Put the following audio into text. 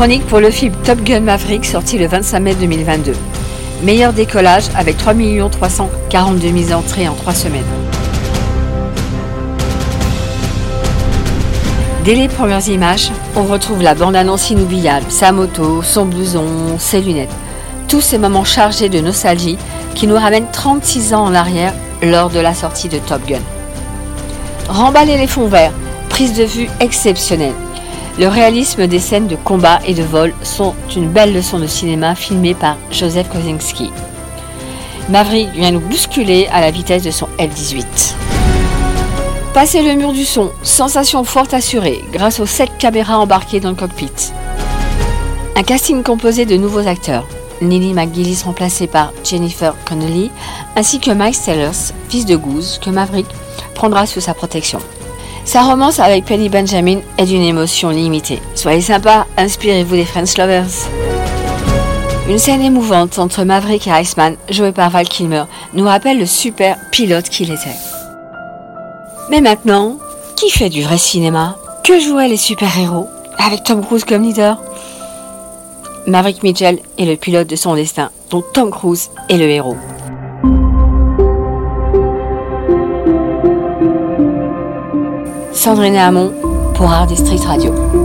Chronique pour le film Top Gun Maverick sorti le 25 mai 2022. Meilleur décollage avec 3 342 000 entrées en 3 semaines. Dès les premières images, on retrouve la bande-annonce inoubliable, sa moto, son blouson, ses lunettes. Tous ces moments chargés de nostalgie qui nous ramènent 36 ans en arrière lors de la sortie de Top Gun. Remballer les fonds verts, prise de vue exceptionnelle. Le réalisme des scènes de combat et de vol sont une belle leçon de cinéma filmée par Joseph Kosinski. Maverick vient nous bousculer à la vitesse de son F-18. Passer le mur du son, sensation forte assurée grâce aux 7 caméras embarquées dans le cockpit. Un casting composé de nouveaux acteurs, Lily McGillis remplacée par Jennifer Connelly, ainsi que Mike Sellers, fils de Goose, que Maverick prendra sous sa protection. Sa romance avec Penny Benjamin est d'une émotion limitée. Soyez sympa, inspirez-vous des French Lovers. Une scène émouvante entre Maverick et Iceman, joué par Val Kilmer, nous rappelle le super pilote qu'il était. Mais maintenant, qui fait du vrai cinéma? Que joueraient les super-héros avec Tom Cruise comme leader? Maverick Mitchell est le pilote de son destin, dont Tom Cruise est le héros. Sandrine Hamon pour Art District Radio.